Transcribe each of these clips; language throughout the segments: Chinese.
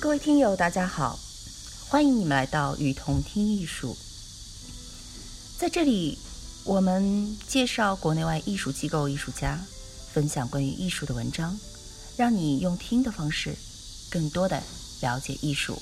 各位听友大家好，欢迎你们来到雨桐听艺术。在这里我们介绍国内外艺术机构艺术家，分享关于艺术的文章，让你用听的方式更多的了解艺术。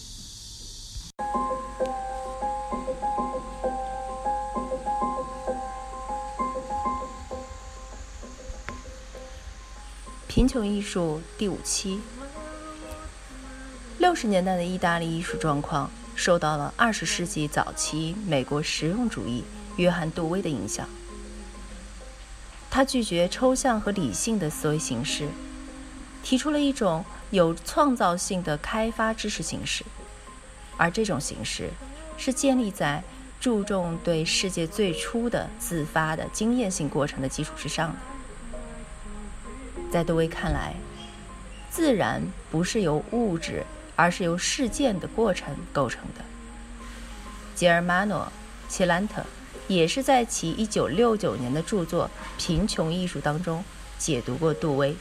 贫穷艺术第5期。60年代的意大利艺术状况受到了20世纪早期美国实用主义约翰·杜威的影响。他拒绝抽象和理性的思维形式，提出了一种有创造性的开发知识形式，而这种形式是建立在注重对世界最初的自发的经验性过程的基础之上的。在杜威看来，自然不是由物质，而是由事件的过程构成的。吉尔马诺·切兰特也是在其1969年的著作《贫穷艺术》当中解读过杜威。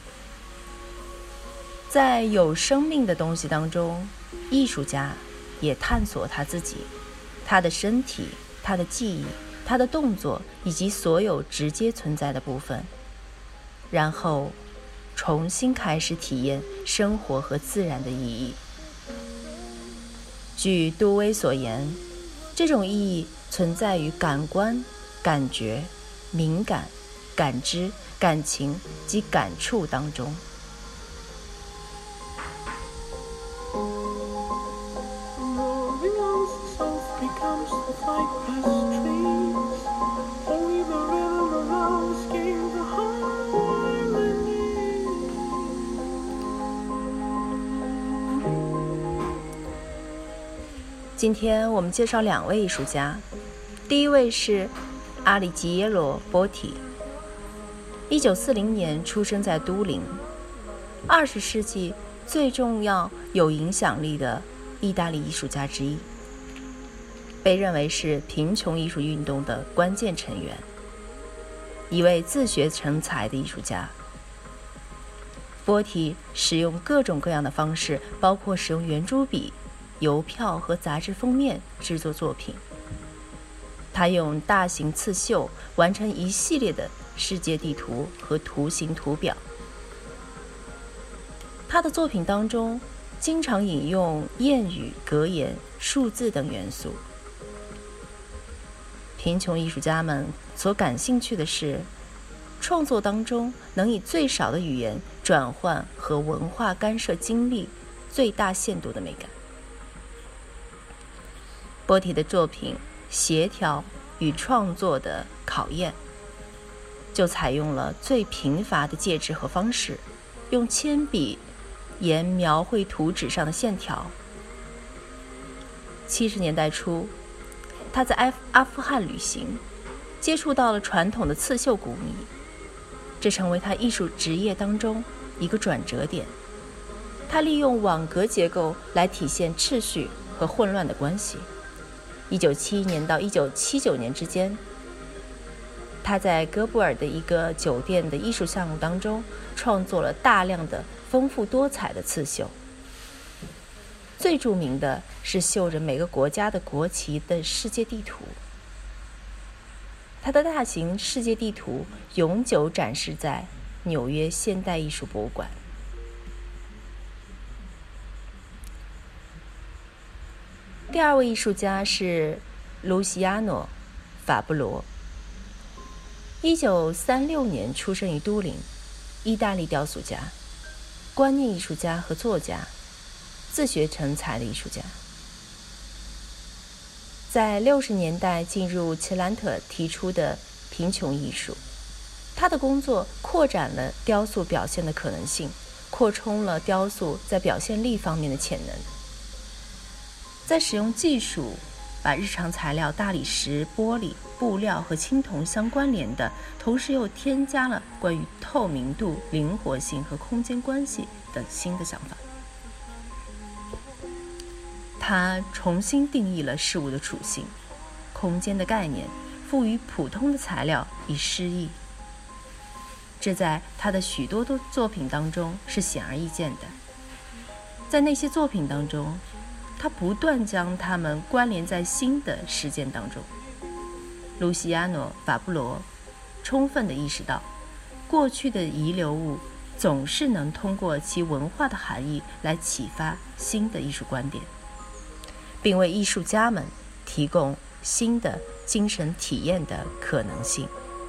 在有生命的东西当中，艺术家也探索他自己、他的身体、他的记忆、他的动作以及所有直接存在的部分，然后重新开始体验生活和自然的意义。据杜威所言，这种意义存在于感官、感觉、敏感、感知、感情及感触当中。今天我们介绍2位艺术家，第一位是阿里吉耶罗·波提，1940年出生在都灵，20世纪最重要有影响力的意大利艺术家之一，被认为是贫穷艺术运动的关键成员，一位自学成才的艺术家。波提使用各种各样的方式，包括使用圆珠笔、邮票和杂志封面制作作品。他用大型刺绣完成一系列的世界地图和图形图表。他的作品当中经常引用谚语、格言、数字等元素。贫穷艺术家们所感兴趣的是创作当中能以最少的语言转换和文化干涉经历最大限度的美感。波提的作品协调与创作的考验，就采用了最贫乏的介质和方式，用铅笔沿描绘图纸上的线条。70年代初，他在阿富汗旅行，接触到了传统的刺绣工艺，这成为他艺术职业当中一个转折点。他利用网格结构来体现秩序和混乱的关系。1971年到1979年之间，他在哥布尔的一个酒店的艺术项目当中创作了大量的丰富多彩的刺绣。最著名的是绣着每个国家的国旗的世界地图。他的大型世界地图永久展示在纽约现代艺术博物馆。第2位艺术家是卢西亚诺·法布罗，1936年出生于都灵，意大利雕塑家、观念艺术家和作家，自学成才的艺术家。在60年代进入切兰特提出的贫穷艺术，他的工作扩展了雕塑表现的可能性，扩充了雕塑在表现力方面的潜能。在使用技术把日常材料大理石、玻璃、布料和青铜相关联的，同时又添加了关于透明度、灵活性和空间关系的新的想法。他重新定义了事物的属性、空间的概念，赋予普通的材料以诗意。这在他的许多作品当中是显而易见的。 在那些作品当中，他不断将它们关联在新的事件当中。路西亚诺·法布罗充分地意识到，过去的遗留物总是能通过其文化的含义来启发新的艺术观点，并为艺术家们提供新的精神体验的可能性。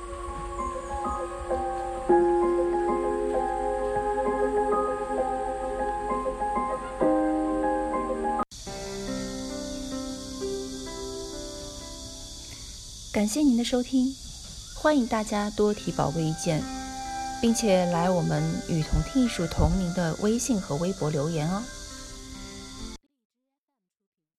感谢您的收听，欢迎大家多提宝贵意见，并且来我们与同听艺术同名的微信和微博留言哦。